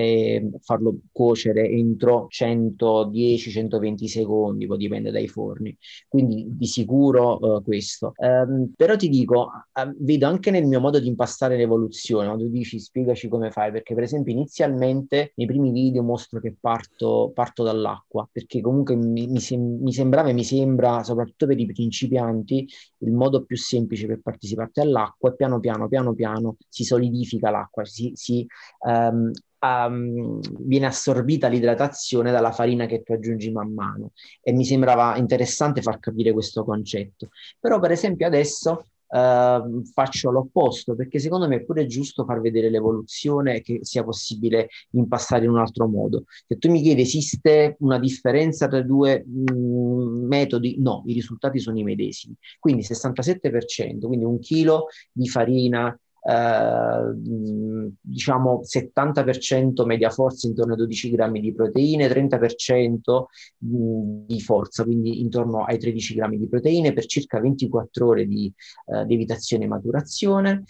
e farlo cuocere entro centodieci centoventi secondi, poi dipende dai forni. Quindi di sicuro eh, questo. Ehm, però ti dico, eh, vedo anche nel mio modo di impastare l'evoluzione, quando tu dici spiegaci come fai, perché per esempio inizialmente nei primi video mostro che parto, parto dall'acqua, perché comunque mi, mi, sem- mi sembrava e mi sembra, soprattutto per i principianti, il modo più semplice per farti parte all'acqua, e piano piano, piano piano si solidifica l'acqua, si, si ehm, ehm, viene assorbita l'idratazione dalla farina che tu aggiungi man mano, e mi sembrava interessante far capire questo concetto. Però per esempio adesso Uh, faccio l'opposto, perché secondo me è pure giusto far vedere l'evoluzione e che sia possibile impastare in un altro modo. Se tu mi chiedi esiste una differenza tra i due mh, metodi, no, i risultati sono i medesimi. Quindi sessantasette per cento, quindi un chilo di farina, eh, mh, diciamo settanta per cento media forza, intorno ai dodici grammi di proteine, trenta per cento mh, di forza, quindi intorno ai tredici grammi di proteine, per circa ventiquattro ore di eh, lievitazione e maturazione,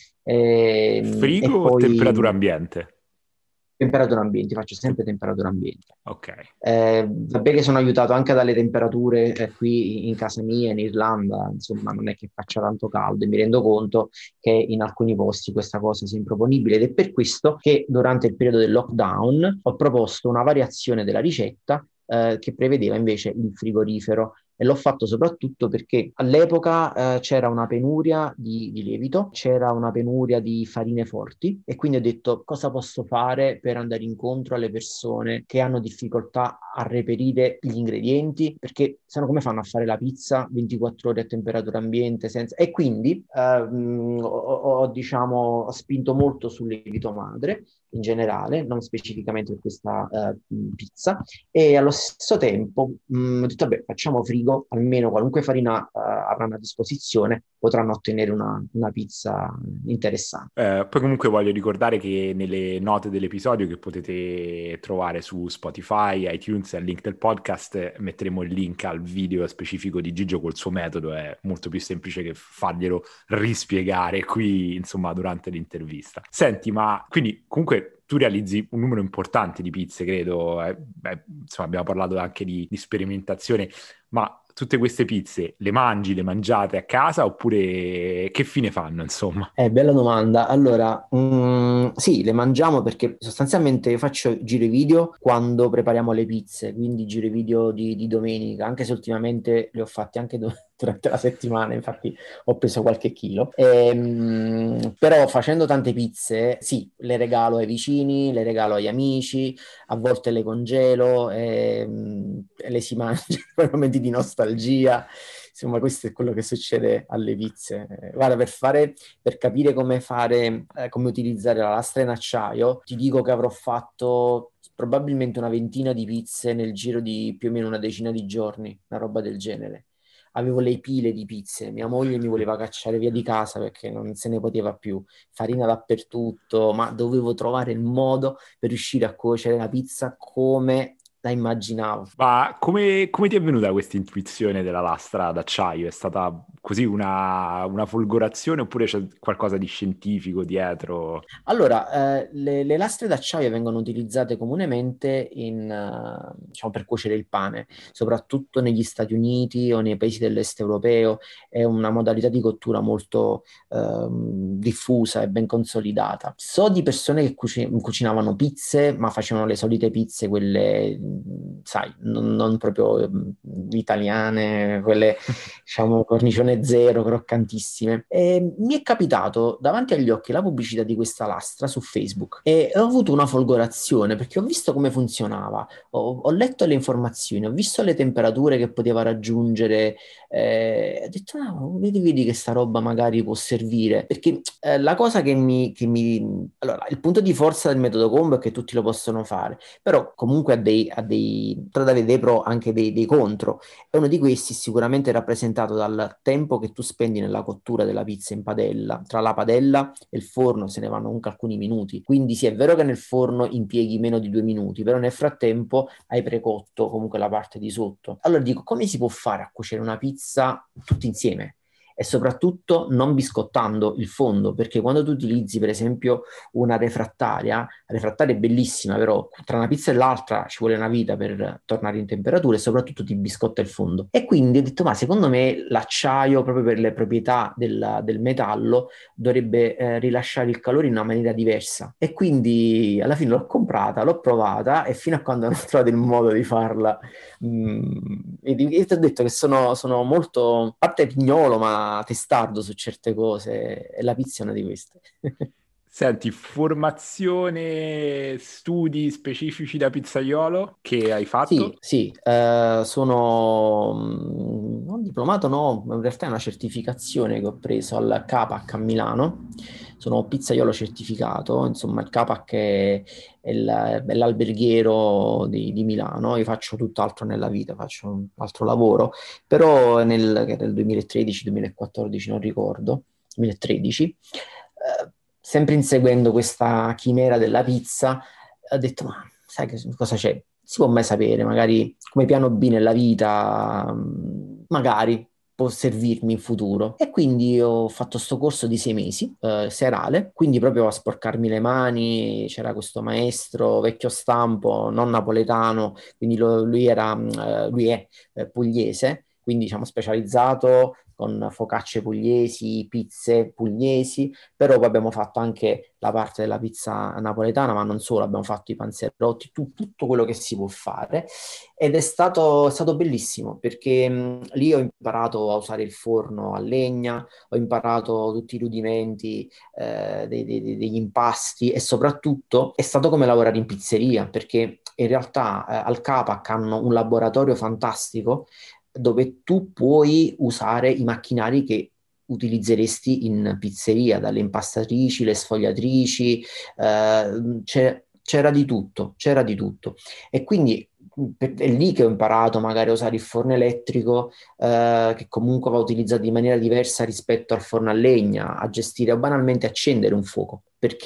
ehm, e Frigo o temperatura poi ambiente? temperatura ambiente, faccio Tem- sempre temperatura ambiente. ok. Eh, vabbè che sono aiutato anche dalle temperature eh, qui in casa mia, in Irlanda, insomma non è che faccia tanto caldo, e mi rendo conto che in alcuni posti questa cosa sia improponibile, ed è per questo che durante il periodo del lockdown ho proposto una variazione della ricetta eh, che prevedeva invece il frigorifero. E l'ho fatto soprattutto perché all'epoca eh, c'era una penuria di, di lievito, c'era una penuria di farine forti, e quindi ho detto cosa posso fare per andare incontro alle persone che hanno difficoltà a reperire gli ingredienti, perché sennò come fanno a fare la pizza ventiquattro ore a temperatura ambiente senza... E quindi ehm, ho, ho, diciamo, ho spinto molto sul lievito madre in generale, non specificamente per questa eh, pizza, e allo stesso tempo mh, ho detto vabbè, facciamo frigo, almeno qualunque farina uh, avranno a disposizione potranno ottenere una, una pizza interessante. Eh, poi comunque voglio ricordare che nelle note dell'episodio, che potete trovare su Spotify, iTunes e al link del podcast, metteremo il link al video specifico di Gigio col suo metodo. È molto più semplice che farglielo rispiegare qui, insomma, durante l'intervista. Senti, ma quindi comunque tu realizzi un numero importante di pizze, credo. Eh, beh, insomma, abbiamo parlato anche di, di sperimentazione, ma tutte queste pizze le mangi, le mangiate a casa, oppure che fine fanno, insomma? Eh, bella domanda. Allora, mm, sì, le mangiamo perché sostanzialmente io faccio giro video quando prepariamo le pizze, quindi giro video di, di domenica, anche se ultimamente le ho fatte anche do- durante la settimana, infatti ho preso qualche chilo. Ehm, però facendo tante pizze, sì, le regalo ai vicini, le regalo agli amici, a volte le congelo e, e le si mangia per momenti di nostalgia. Insomma, questo è quello che succede alle pizze. Eh, guarda, per fare, per capire come fare, eh, come utilizzare la lastra in acciaio, ti dico che avrò fatto probabilmente una ventina di pizze nel giro di più o meno una decina di giorni, una roba del genere. Avevo le pile di pizze, mia moglie mi voleva cacciare via di casa perché non se ne poteva più, farina dappertutto, ma dovevo trovare il modo per riuscire a cuocere la pizza come la immaginavo. Ma come, come ti è venuta questa intuizione della lastra d'acciaio? È stata così una, una folgorazione, oppure c'è qualcosa di scientifico dietro? Allora, eh, le, le lastre d'acciaio vengono utilizzate comunemente in, eh, diciamo, per cuocere il pane, soprattutto negli Stati Uniti o nei paesi dell'est europeo. È una modalità di cottura molto ehm, diffusa e ben consolidata. So di persone che cuci- cucinavano pizze, ma facevano le solite pizze, quelle, mh, sai, non, non proprio mh, italiane, quelle, diciamo, cornicione zero, croccantissime. E mi è capitato davanti agli occhi la pubblicità di questa lastra su Facebook, e ho avuto una folgorazione perché ho visto come funzionava, ho, ho letto le informazioni, ho visto le temperature che poteva raggiungere, eh, ho detto no, vedi, vedi che sta roba magari può servire, perché eh, la cosa che mi, che mi... Allora, il punto di forza del metodo combo è che tutti lo possono fare, però comunque ha dei, ha dei, tra dei pro anche dei, dei contro, e uno di questi è sicuramente rappresentato dal tempo che tu spendi nella cottura della pizza in padella. Tra la padella e il forno se ne vanno comunque alcuni minuti. Quindi sì, è vero che nel forno impieghi meno di due minuti, però nel frattempo hai precotto comunque la parte di sotto. Allora dico, come si può fare a cuocere una pizza tutti insieme? e soprattutto non biscottando il fondo, perché quando tu utilizzi per esempio una refrattaria, la refrattaria è bellissima, però tra una pizza e l'altra ci vuole una vita per tornare in temperatura e soprattutto ti biscotta il fondo. E quindi ho detto, ma secondo me l'acciaio, proprio per le proprietà del, del metallo, dovrebbe eh, rilasciare il calore in una maniera diversa. E quindi alla fine l'ho comprata, l'ho provata e fino a quando non ho trovato il modo di farla, mh, e ti, e ti ho detto che sono, sono molto, a parte pignolo, ma testardo su certe cose e la pizza è una di queste. Senti, formazione, studi specifici da pizzaiolo che hai Sì, fatto? sì, eh, sono mm, non diplomato, no, in realtà è una certificazione che ho preso al CAPAC a Milano. Sono pizzaiolo certificato, insomma il CAPAC è, è il- è l'alberghiero di, di Milano. Io faccio tutt'altro nella vita, faccio un altro lavoro, però nel, che era il duemilatredici-duemilaquattordici, non ricordo, duemilatredici, eh, sempre inseguendo questa chimera della pizza, ho detto, ma sai che cosa c'è? Si può mai sapere, magari come piano B nella vita, mh, magari può servirmi in futuro. E quindi ho fatto sto corso di sei mesi, eh, serale, quindi proprio a sporcarmi le mani. C'era questo maestro vecchio stampo, non napoletano, quindi lo- lui era, mh, eh, lui è eh, pugliese, quindi diciamo specializzato con focacce pugliesi, pizze pugliesi, però poi abbiamo fatto anche la parte della pizza napoletana, ma non solo, abbiamo fatto i panzerotti, tu- tutto quello che si può fare. Ed è stato, è stato bellissimo perché mh, lì ho imparato a usare il forno a legna, ho imparato tutti i rudimenti eh, dei- dei- dei- degli impasti e soprattutto è stato come lavorare in pizzeria, perché in realtà eh, al CAPAC hanno un laboratorio fantastico dove tu puoi usare i macchinari che utilizzeresti in pizzeria, dalle impastatrici, le sfogliatrici, eh, c'è- c'era di tutto, c'era di tutto. E quindi per- è lì che ho imparato magari a usare il forno elettrico, eh, che comunque va utilizzato in maniera diversa rispetto al forno a legna, a gestire o banalmente accendere un fuoco,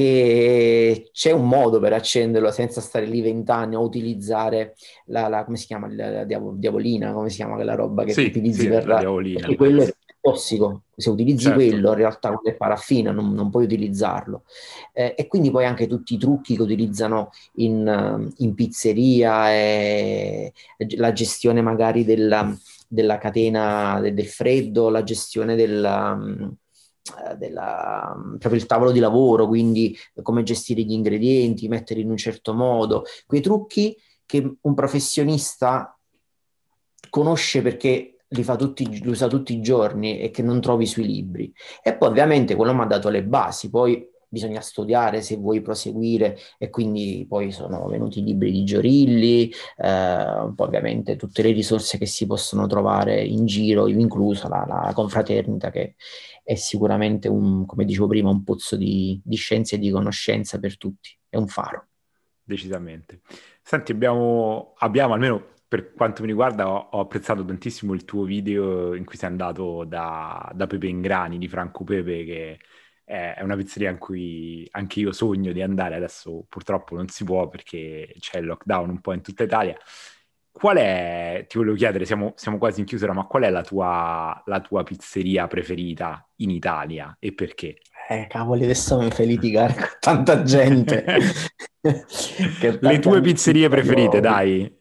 perché c'è un modo per accenderlo senza stare lì vent'anni o utilizzare la, la- come si chiama, la, la diavo- diavolina, come si chiama quella roba che Sì, utilizzi sì, per... la diavolina. perché quello è tossico. Se utilizzi Certo. quello, in realtà quello è paraffina, non, non puoi utilizzarlo. Eh, e quindi poi anche tutti i trucchi che utilizzano in, eh, in pizzeria, e la gestione magari della, della catena de- del freddo, la gestione della, mm, eh, della, mm, proprio il tavolo di lavoro, quindi come gestire gli ingredienti, metterli in un certo modo, quei trucchi che un professionista conosce perché li fa tutti, li usa tutti i giorni e che non trovi sui libri. E poi ovviamente quello mi ha dato le basi, poi bisogna studiare se vuoi proseguire e quindi poi sono venuti i libri di Giorilli, eh, poi ovviamente tutte le risorse che si possono trovare in giro, inclusa la, la confraternita che è sicuramente un, come dicevo prima, un pozzo di, di scienza e di conoscenza per tutti, è un faro. Decisamente. Senti, abbiamo, abbiamo, almeno per quanto mi riguarda, ho, ho apprezzato tantissimo il tuo video in cui sei andato da, da Pepe in Grani di Franco Pepe, che è, è una pizzeria in cui anche io sogno di andare. Adesso purtroppo non si può perché c'è il lockdown un po' in tutta Italia. Qual è, ti volevo chiedere, siamo, siamo quasi in chiusura, ma qual è la tua, la tua pizzeria preferita in Italia e perché? Eh, cavoli, adesso mi fai litigare con tanta gente. Che ho Le tanti tue amici pizzerie preferite, italiani. dai.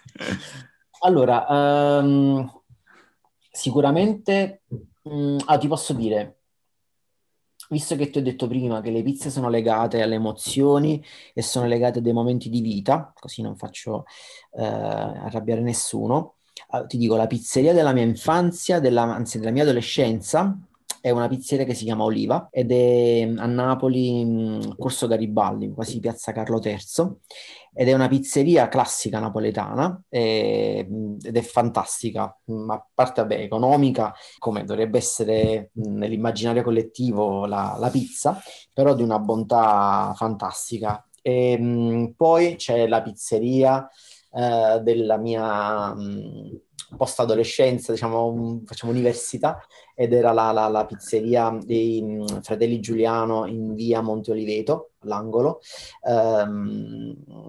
Allora, ehm, sicuramente, mm, ah, ti posso dire, visto che ti ho detto prima che le pizze sono legate alle emozioni e sono legate a dei momenti di vita, così non faccio eh, arrabbiare nessuno, ah, ti dico la pizzeria della mia infanzia, della, anzi della mia adolescenza, è una pizzeria che si chiama Oliva ed è a Napoli, mh, Corso Garibaldi, quasi Piazza Carlo terzo, ed è una pizzeria classica napoletana e- ed è fantastica, ma a parte, vabbè, economica, come dovrebbe essere mh, nell'immaginario collettivo la, la pizza, però di una bontà fantastica. E, mh, poi c'è la pizzeria eh, della mia mh, post-adolescenza, diciamo, mh, facciamo università, ed era la, la- la pizzeria dei mh, fratelli Giuliano in via Monte Oliveto, all'angolo. Ehm,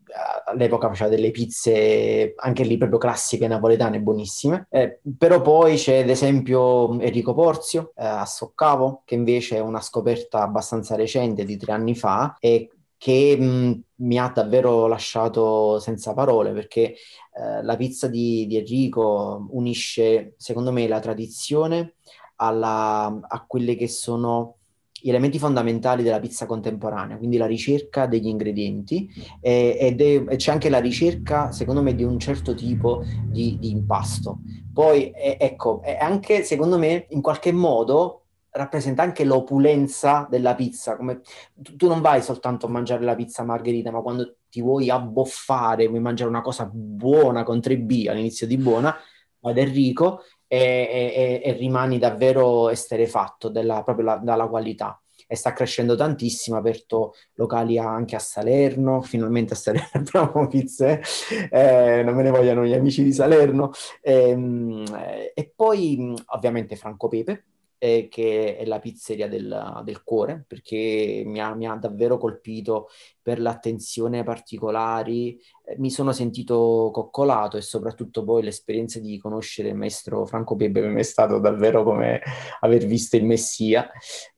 all'epoca faceva delle pizze anche lì proprio classiche napoletane, buonissime. Eh, però poi c'è ad esempio Enrico Porzio eh, a Soccavo, che invece è una scoperta abbastanza recente di tre anni fa e che mh, mi ha davvero lasciato senza parole, perché eh, la pizza di, di Enrico unisce, secondo me, la tradizione alla, a quelle che sono gli elementi fondamentali della pizza contemporanea, quindi la ricerca degli ingredienti e, ed è, e c'è anche la ricerca, secondo me, di un certo tipo di, di impasto. Poi, eh, ecco, è anche, secondo me, in qualche modo rappresenta anche l'opulenza della pizza. Come, tu, tu non vai soltanto a mangiare la pizza margherita, ma quando ti vuoi abboffare, vuoi mangiare una cosa buona con tre B all'inizio di buona, ad Enrico, e, e, e rimani davvero esterefatto della, proprio la, dalla qualità. E sta crescendo tantissimo, ha aperto locali anche a Salerno, finalmente a Salerno abbiamo pizze, eh, non me ne vogliano gli amici di Salerno. E, e poi ovviamente Franco Pepe, eh, che è la pizzeria del, del cuore, perché mi ha, mi ha davvero colpito per l'attenzione ai particolari. Eh, mi sono sentito coccolato e soprattutto poi l'esperienza di conoscere il maestro Franco Pepe per me è stato davvero come aver visto il Messia.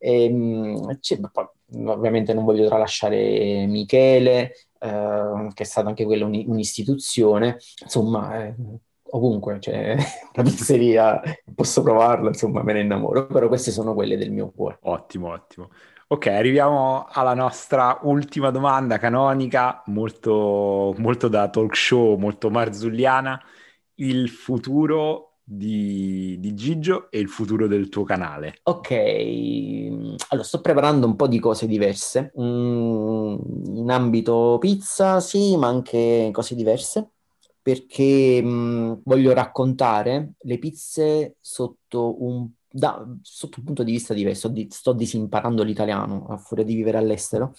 E, c'è, poi, ovviamente non voglio tralasciare Michele, eh, che è stata anche quella un, un'istituzione, insomma, eh, ovunque c'è la pizzeria, posso provarla, insomma, me ne innamoro, però queste sono quelle del mio cuore. Ottimo, ottimo. Ok, arriviamo alla nostra ultima domanda canonica, molto, molto da talk show, molto marzulliana. Il futuro di, di Gigio e il futuro del tuo canale. Ok, allora sto preparando un po' di cose diverse, mm, in ambito pizza, sì, ma anche cose diverse, perché mh, voglio raccontare le pizze sotto un, da- sotto un punto di vista diverso. Di- sto disimparando l'italiano a furia di vivere all'estero.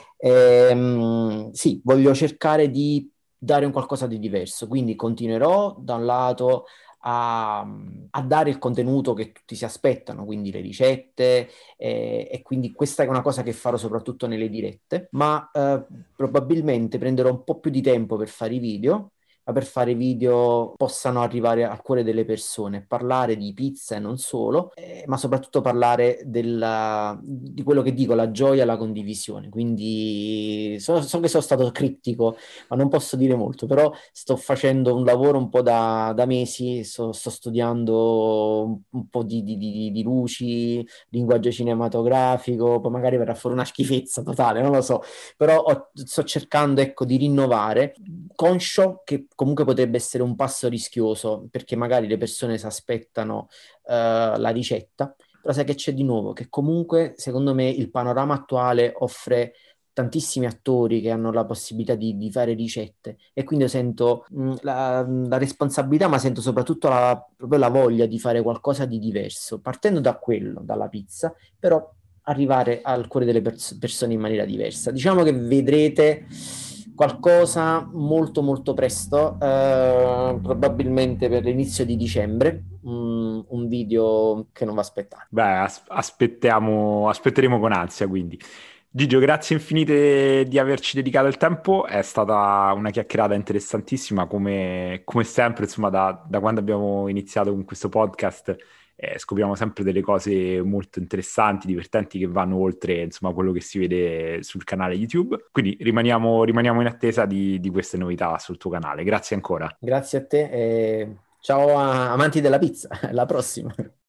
Ehm, sì, voglio cercare di dare un qualcosa di diverso, quindi continuerò da un lato a, a dare il contenuto che tutti si aspettano, quindi le ricette, eh, e quindi questa è una cosa che farò soprattutto nelle dirette, ma eh, probabilmente prenderò un po' più di tempo per fare i video, ma per fare video possano arrivare al cuore delle persone, parlare di pizza e non solo, eh, ma soprattutto parlare della, di quello che dico, la gioia e la condivisione. Quindi so, so che sono stato criptico, ma non posso dire molto, però sto facendo un lavoro un po' da, da mesi, sto, sto studiando un, un po' di, di, di, di luci, linguaggio cinematografico, poi magari verrà fuori una schifezza totale, non lo so, però ho- sto cercando, ecco, di rinnovare, conscio che comunque potrebbe essere un passo rischioso, perché magari le persone si aspettano eh, la ricetta, però sai che c'è di nuovo? Che comunque, secondo me, il panorama attuale offre tantissimi attori che hanno la possibilità di, di fare ricette e quindi io sento mh, la, la responsabilità, ma sento soprattutto la, proprio la voglia di fare qualcosa di diverso, partendo da quello, dalla pizza, però arrivare al cuore delle pers- persone in maniera diversa. Diciamo che vedrete qualcosa molto molto presto, eh, probabilmente per l'inizio di dicembre, un, un video che non va aspettato. Beh, as- aspettiamo, aspetteremo con ansia, quindi. Gigio, grazie infinite di averci dedicato il tempo, è stata una chiacchierata interessantissima, come, come sempre, insomma, da, da quando abbiamo iniziato con questo podcast, eh, scopriamo sempre delle cose molto interessanti, divertenti, che vanno oltre, insomma, quello che si vede sul canale YouTube. Quindi rimaniamo, rimaniamo in attesa di, di queste novità sul tuo canale. Grazie ancora. Grazie a te e ciao a- amanti della pizza, alla prossima.